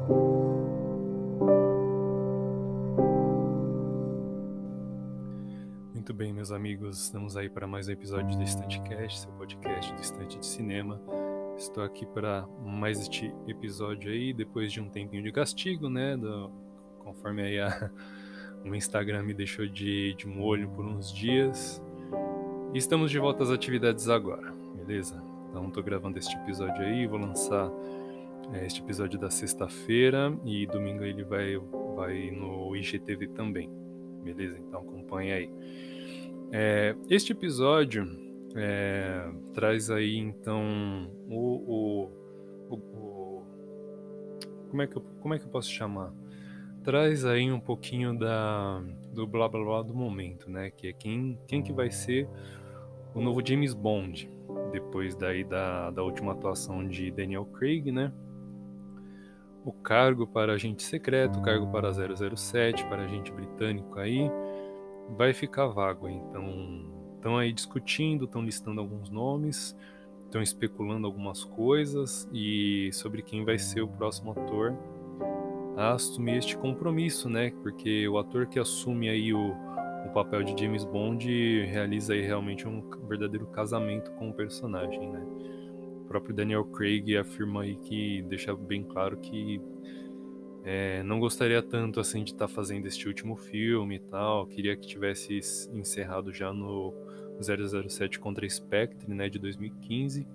Muito bem, meus amigos, estamos aí para mais um episódio do Estantecast, seu podcast do Estante de Cinema. Estou aqui para mais este episódio aí, depois de um tempinho de castigo, né? Conforme aí o Instagram me deixou de molho por uns dias. E estamos de volta às atividades agora, beleza? Então estou gravando este episódio aí, vou lançar este episódio da sexta-feira e domingo ele vai no IGTV também, beleza? Então acompanha aí. Este episódio traz aí então como é que eu posso chamar? Traz aí um pouquinho do blá blá blá do momento, né? Que é quem que vai ser o novo James Bond, depois daí da última atuação de Daniel Craig, né? O cargo para agente secreto, o cargo para 007, para agente britânico aí, vai ficar vago. Então, estão aí discutindo, estão listando alguns nomes, estão especulando algumas coisas e sobre quem vai ser o próximo ator a assumir este compromisso, né? Porque o ator que assume aí o papel de James Bond realiza aí realmente um verdadeiro casamento com o personagem, né? O próprio Daniel Craig afirma aí que deixa bem claro que não gostaria tanto assim de estar fazendo este último filme e tal, queria que tivesse encerrado já no 007 contra Spectre, né, de 2015.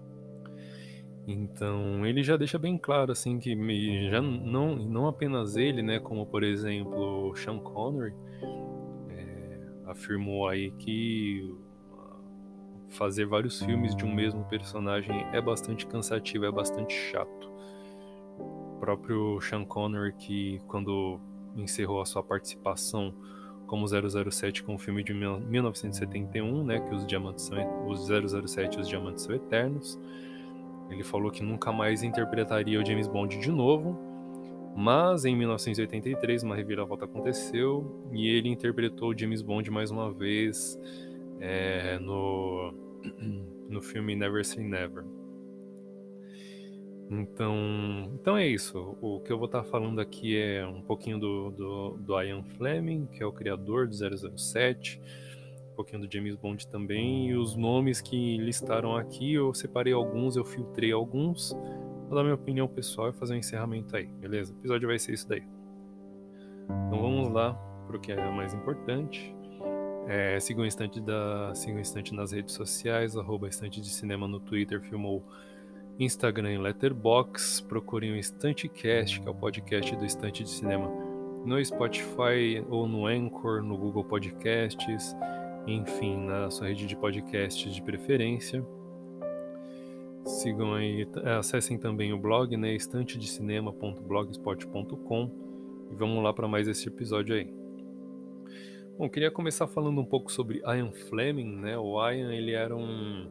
Então ele já deixa bem claro assim que já não apenas ele, né, como por exemplo o Sean Connery afirmou aí que fazer vários filmes de um mesmo personagem é bastante cansativo, é bastante chato. O próprio Sean Connery, que quando encerrou a sua participação como 007 com o filme de 1971, né, que os 007 e os Diamantes são Eternos, ele falou que nunca mais interpretaria o James Bond de novo, mas em 1983 uma reviravolta aconteceu e ele interpretou o James Bond mais uma vez no filme Never Say Never. Então é isso. O que eu vou estar falando aqui é um pouquinho do Ian Fleming, que é o criador do 007, um pouquinho do James Bond também, e os nomes que listaram aqui, eu separei alguns, eu filtrei alguns, vou dar minha opinião pessoal e fazer um encerramento aí, beleza? O episódio vai ser isso daí. Então vamos lá para o que é mais importante. Siga o Estante nas redes sociais, @Estante de Cinema no Twitter, Filmou, Instagram e Letterboxd. Procurem o Estantecast, que é o podcast do Estante de Cinema, no Spotify ou no Anchor, no Google Podcasts, enfim, na sua rede de podcasts de preferência. Sigam aí, acessem também o blog, né, estantedecinema.blogspot.com, e vamos lá para mais esse episódio aí. Bom, queria começar falando um pouco sobre Ian Fleming, né? O Ian, ele era um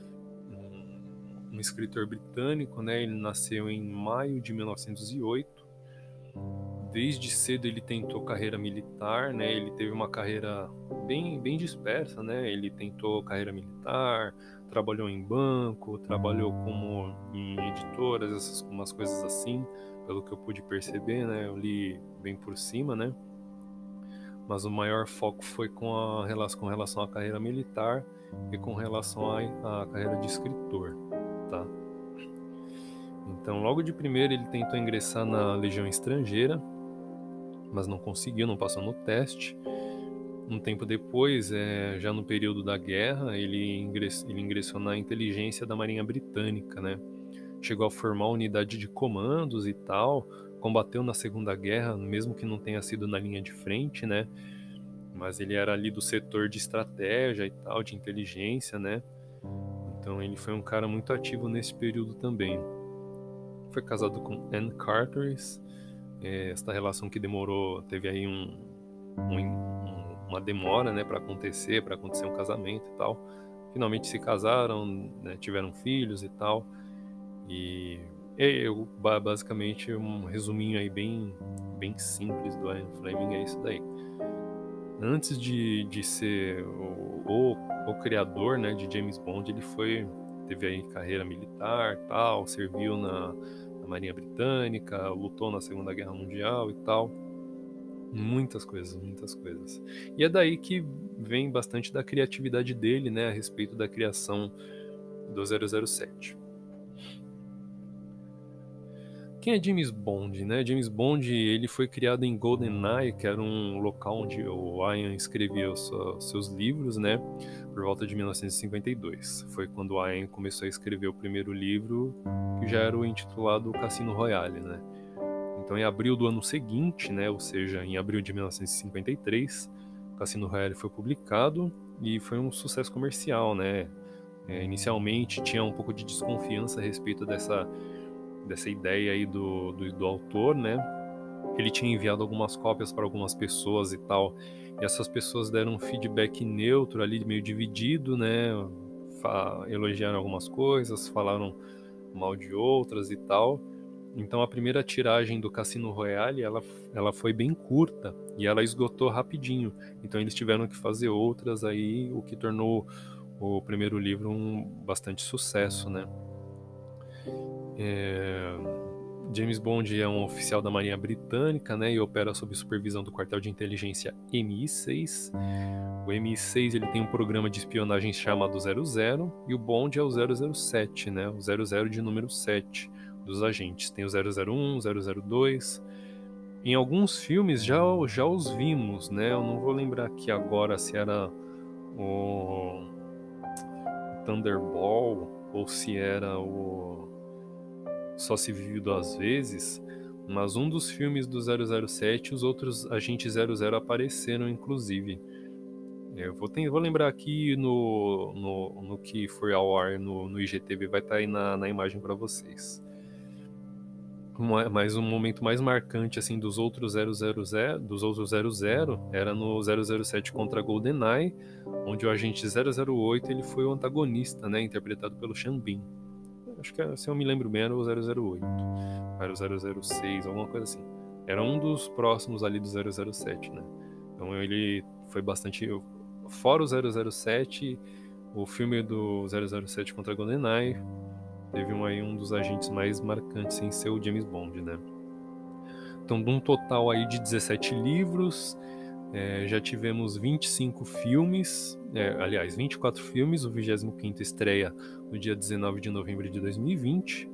escritor britânico, né? Ele nasceu em maio de 1908. Desde cedo ele tentou carreira militar, né? Ele teve uma carreira bem dispersa, né? Ele tentou carreira militar, trabalhou em banco, trabalhou como em editoras, umas coisas assim, pelo que eu pude perceber, né? Eu li bem por cima, né? Mas o maior foco foi com relação à carreira militar e com relação à carreira de escritor, tá? Então, logo de primeiro ele tentou ingressar na Legião Estrangeira, mas não conseguiu, não passou no teste. Um tempo depois, já no período da guerra, ele ingressou na inteligência da Marinha Britânica, né? Chegou a formar unidade de comandos e tal, combateu na Segunda Guerra, mesmo que não tenha sido na linha de frente, né? Mas ele era ali do setor de estratégia e tal, de inteligência, né? Então ele foi um cara muito ativo nesse período também. Foi casado com Anne Carteret. Esta relação que teve aí uma demora, né, para acontecer um casamento e tal. Finalmente se casaram, né, tiveram filhos e tal. E basicamente um resuminho aí bem simples do Ian Fleming é isso daí. Antes de ser o criador, né, de James Bond, ele teve aí carreira militar, tal, serviu na Marinha Britânica, lutou na Segunda Guerra Mundial e tal. Muitas coisas, muitas coisas. E é daí que vem bastante da criatividade dele, né, a respeito da criação do 007. Quem é James Bond, né? James Bond, ele foi criado em GoldenEye, que era um local onde o Ian escrevia seus livros, né? Por volta de 1952. Foi quando o Ian começou a escrever o primeiro livro, que já era o intitulado Cassino Royale, né? Então, em abril do ano seguinte, né? Ou seja, em abril de 1953, o Cassino Royale foi publicado e foi um sucesso comercial, né? Inicialmente tinha um pouco de desconfiança a respeito dessa ideia aí do autor, né? Ele tinha enviado algumas cópias para algumas pessoas e tal, e essas pessoas deram um feedback neutro ali, meio dividido, né? Elogiaram algumas coisas, falaram mal de outras e tal. Então a primeira tiragem do Cassino Royale, ela foi bem curta e ela esgotou rapidinho. Então eles tiveram que fazer outras aí, o que tornou o primeiro livro um bastante sucesso, né? James Bond é um oficial da Marinha Britânica, né, e opera sob supervisão do quartel de inteligência MI6. O MI6 ele tem um programa de espionagem chamado 00 e o Bond é o 007, né, o 00 de número 7 dos agentes. Tem o 001, 002. Em alguns filmes já os vimos, né? Eu não vou lembrar aqui agora se era o Thunderball ou se era o Só Se Vive Duas Vezes, mas um dos filmes do 007, os outros agentes 00 apareceram, inclusive. Eu vou lembrar aqui no que foi ao ar no IGTV, vai estar aí na imagem para vocês. Mas um momento mais marcante assim dos outros 00 era no 007 contra GoldenEye, onde o agente 008 ele foi o antagonista, né, interpretado pelo Sean Bean. Acho que, se eu me lembro bem, era o 008, era o 006, alguma coisa assim. Era um dos próximos ali do 007, né? Então ele foi bastante... Fora o 007, o filme do 007 contra GoldenEye teve um dos agentes mais marcantes em ser o James Bond, né? Então, de um total aí de 17 livros, já tivemos 25 filmes, aliás, 24 filmes, o 25º estreia no dia 19 de novembro de 2020.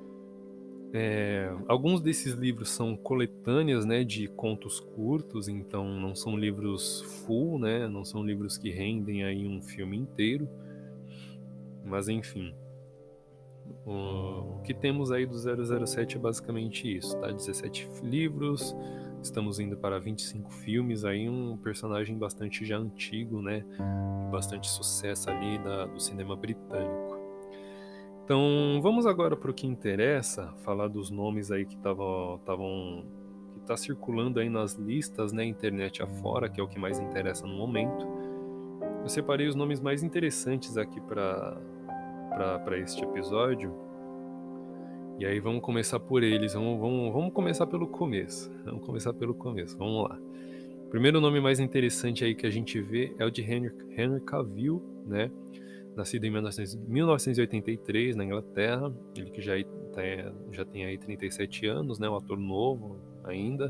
Alguns desses livros são coletâneas, né, de contos curtos, então não são livros full, né, não são livros que rendem aí um filme inteiro, mas enfim. O que temos aí do 007 é basicamente isso, tá? 17 livros, estamos indo para 25 filmes, aí um personagem bastante já antigo, né? Bastante sucesso ali do cinema britânico. Então, vamos agora para o que interessa, falar dos nomes aí que que tá circulando aí nas listas, né, internet afora, que é o que mais interessa no momento. Eu separei os nomes mais interessantes aqui para este episódio. E aí vamos começar por eles, vamos começar pelo começo. Vamos lá. O primeiro nome mais interessante aí que a gente vê é o de Henry Cavill, né? Nascido em 1983 na Inglaterra, ele que já tem aí 37 anos, né? Um ator novo ainda.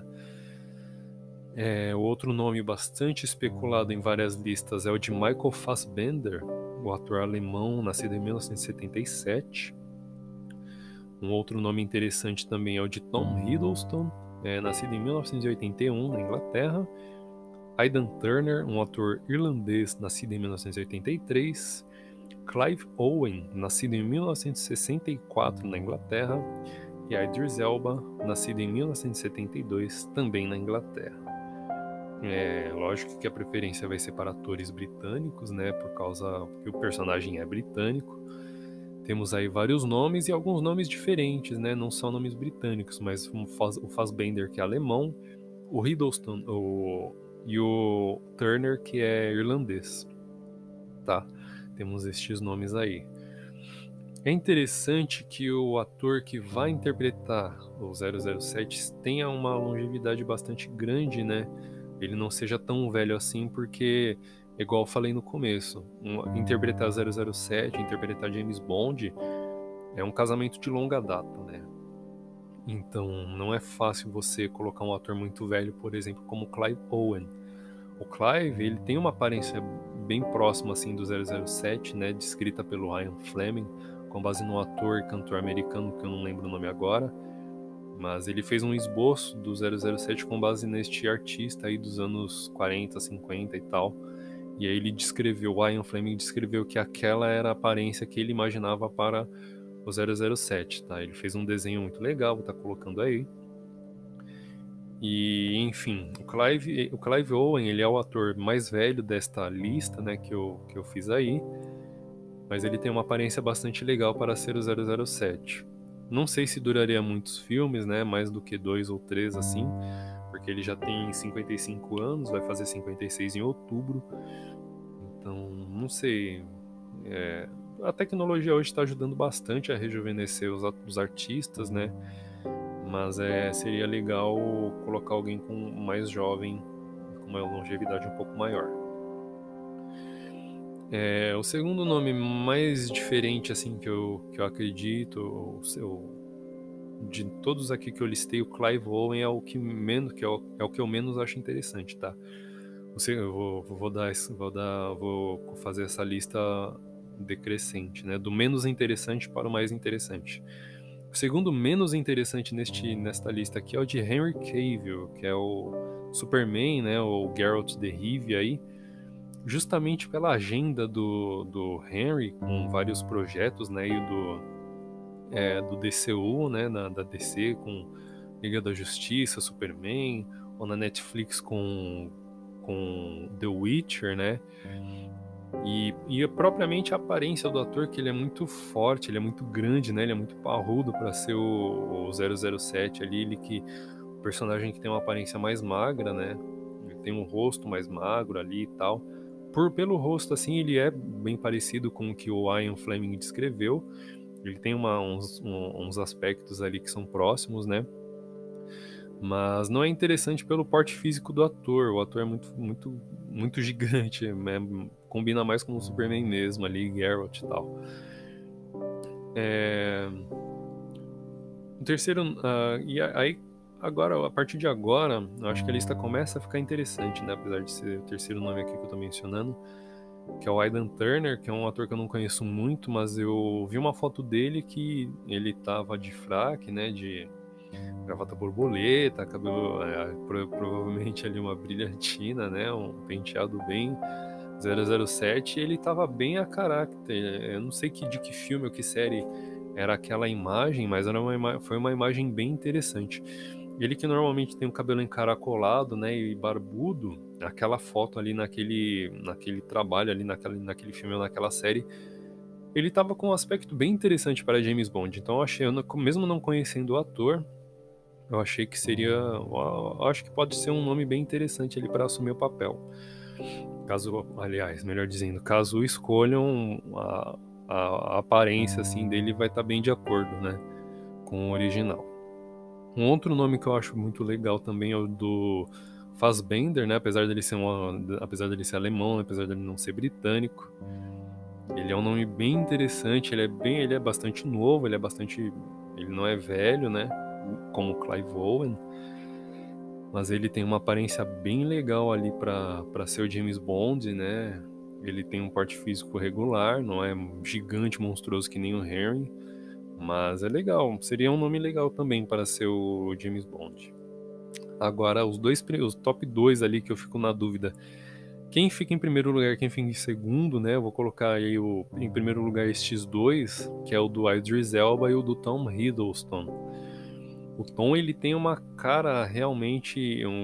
O outro nome bastante especulado em várias listas é o de Michael Fassbender, o ator alemão, nascido em 1977. Um outro nome interessante também é o de Tom Hiddleston, nascido em 1981 na Inglaterra. Aidan Turner, um ator irlandês, nascido em 1983. Clive Owen, nascido em 1964 na Inglaterra. E Idris Elba, nascido em 1972, também na Inglaterra. Lógico que a preferência vai ser para atores britânicos, né, por causa que o personagem é britânico. Temos aí vários nomes e alguns nomes diferentes, né? Não são nomes britânicos, mas o Fassbender, que é alemão, o Hiddleston e o Turner, que é irlandês. Tá? Temos estes nomes aí. É interessante que o ator que vai interpretar o 007 tenha uma longevidade bastante grande, né? Ele não seja tão velho assim, porque, igual eu falei no começo, interpretar 007, interpretar James Bond é um casamento de longa data, né? Então não é fácil você colocar um ator muito velho, por exemplo, como Clive Owen. O Clive, ele tem uma aparência bem próxima assim do 007, né, descrita pelo Ian Fleming, com base num ator e cantor americano que eu não lembro o nome agora, mas ele fez um esboço do 007 com base neste artista aí dos anos 40, 50 e tal. E aí ele descreveu, o Ian Fleming descreveu que aquela era a aparência que ele imaginava para o 007, tá? Ele fez um desenho muito legal, vou estar colocando aí. E, enfim, o Clive Owen, ele é o ator mais velho desta lista, né, que eu fiz aí, mas ele tem uma aparência bastante legal para ser o 007. Não sei se duraria muitos filmes, né, mais do que 2 ou 3 assim, porque ele já tem 55 anos, vai fazer 56 em outubro, então não sei. A tecnologia hoje está ajudando bastante a rejuvenescer os artistas, né? Mas seria legal colocar alguém mais jovem, com uma longevidade um pouco maior. O segundo nome mais diferente assim que eu acredito, de todos aqui que eu listei, o Clive Owen é o que menos, é o que eu menos acho interessante, tá? Vou fazer essa lista decrescente, né? Do menos interessante para o mais interessante. O segundo menos interessante nesta lista aqui é o de Henry Cavill, que é o Superman, né? O Geralt de Rivia aí, justamente pela agenda do Henry com vários projetos, né? E do DCU, né? Da DC com Liga da Justiça, Superman, ou na Netflix com The Witcher, né? E propriamente a aparência do ator, que ele é muito forte, ele é muito grande, né? Ele é muito parrudo para ser o 007 ali, o personagem que tem uma aparência mais magra, né? Ele tem um rosto mais magro ali e tal. Pelo rosto, assim, ele é bem parecido com o que o Ian Fleming descreveu. Ele tem uns aspectos ali que são próximos, né? Mas não é interessante pelo porte físico do ator. O ator é muito gigante, né? Combina mais com o Superman mesmo ali, Geralt e tal. O terceiro, e aí agora, a partir de agora, eu acho que a lista começa a ficar interessante, né? Apesar de ser o terceiro nome aqui que eu tô mencionando, que é o Aidan Turner, que é um ator que eu não conheço muito, mas eu vi uma foto dele que ele tava de fraque, né? De gravata borboleta, cabelo provavelmente ali uma brilhantina, né? Um penteado bem 007, e ele tava bem a caráter. Eu não sei de que filme ou que série era aquela imagem, mas foi uma imagem bem interessante. Ele que normalmente tem o cabelo encaracolado, né, e barbudo, aquela foto ali naquele trabalho ali, naquele filme ou naquela série, ele tava com um aspecto bem interessante para James Bond. Então eu achei, mesmo não conhecendo o ator, eu achei que seria, eu acho que pode ser um nome bem interessante ali para assumir o papel. Melhor dizendo, caso escolham a aparência assim dele, vai estar bem de acordo, né, com o original. Um outro nome que eu acho muito legal também é o do Fassbender, né, apesar dele ser alemão, apesar dele não ser britânico. Ele é um nome bem interessante, ele é bastante novo, ele não é velho, né, como Clive Owen, mas ele tem uma aparência bem legal ali para ser o James Bond, né? Ele tem um porte físico regular, não é gigante, monstruoso que nem o Henry, mas é legal, seria um nome legal também para ser o James Bond. Agora, os top 2 ali que eu fico na dúvida. Quem fica em primeiro lugar, quem fica em segundo, né? Eu vou colocar aí em primeiro lugar estes dois, que é o do Idris Elba e o do Tom Hiddleston. O Tom, ele tem uma cara realmente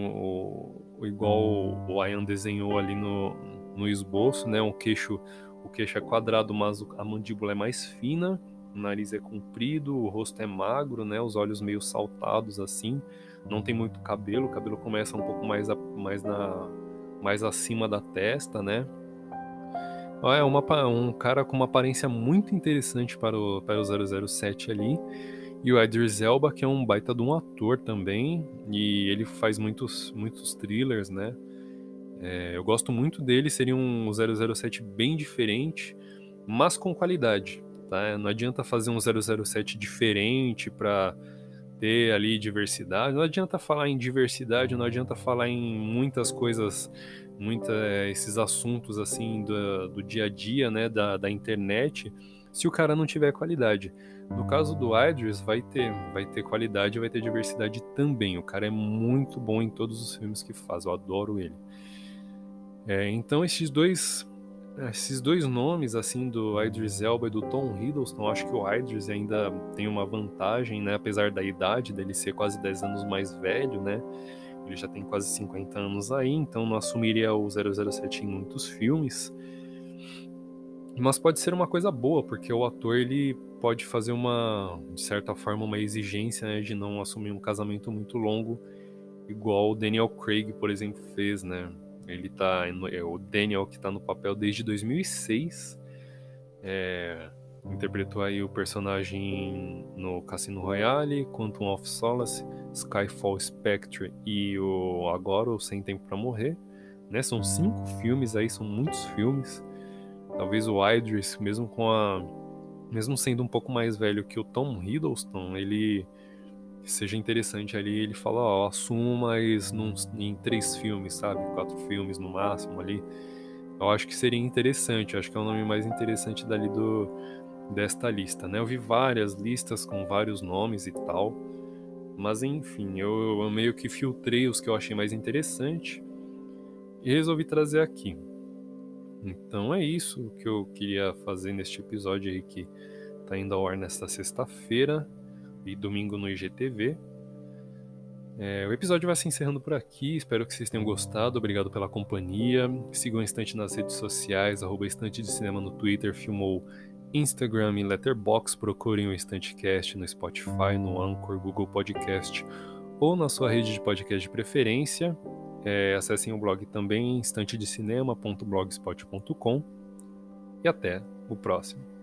igual o Ian desenhou ali no esboço, né? O queixo é quadrado, mas a mandíbula é mais fina, o nariz é comprido, o rosto é magro, né? Os olhos meio saltados assim, não tem muito cabelo, o cabelo começa um pouco mais acima da testa, né? É um cara com uma aparência muito interessante para o 007 ali. E o Idris Elba, que é um baita de um ator também, e ele faz muitos thrillers, né? Eu gosto muito dele, seria um 007 bem diferente, mas com qualidade, tá? Não adianta fazer um 007 diferente ter ali diversidade. Não adianta falar em diversidade, não adianta falar em muitas coisas, esses assuntos assim do dia a dia, né, da internet, se o cara não tiver qualidade. No caso do Idris, vai ter qualidade, vai ter diversidade também. O cara é muito bom em todos os filmes que faz, eu adoro ele. Então esses dois nomes, assim, do Idris Elba e do Tom Hiddleston, acho que o Idris ainda tem uma vantagem, né? Apesar da idade dele ser quase 10 anos mais velho, né? Ele já tem quase 50 anos aí, então não assumiria o 007 em muitos filmes. Mas pode ser uma coisa boa, porque o ator, ele pode fazer de certa forma, uma exigência, né? De não assumir um casamento muito longo, igual o Daniel Craig, por exemplo, fez, né? O Daniel, que tá no papel desde 2006, interpretou aí o personagem no Cassino Royale, Quantum of Solace, Skyfall, Spectre e agora o Sem Tempo pra Morrer, né? São 5 filmes aí, são muitos filmes. Talvez o Idris, mesmo sendo um pouco mais velho que o Tom Hiddleston, ele seja interessante ali. Ele fala, ó, assumo, mas em 3 filmes, sabe? 4 filmes no máximo ali. Eu acho que seria interessante, eu acho que é o nome mais interessante dali desta lista, né? Eu vi várias listas com vários nomes e tal, mas enfim, eu meio que filtrei os que eu achei mais interessante e resolvi trazer aqui. Então é isso que eu queria fazer neste episódio aí que tá indo ao ar nesta sexta-feira e domingo no IGTV. O episódio vai se encerrando por aqui, espero que vocês tenham gostado, obrigado pela companhia. Sigam a Estante nas redes sociais, @Estante de Cinema no Twitter, Filmou, Instagram e Letterboxd. Procurem o Estantecast no Spotify, no Anchor, Google Podcast ou na sua rede de podcast de preferência. Acessem o blog também, estantedecinema.blogspot.com, e até o próximo.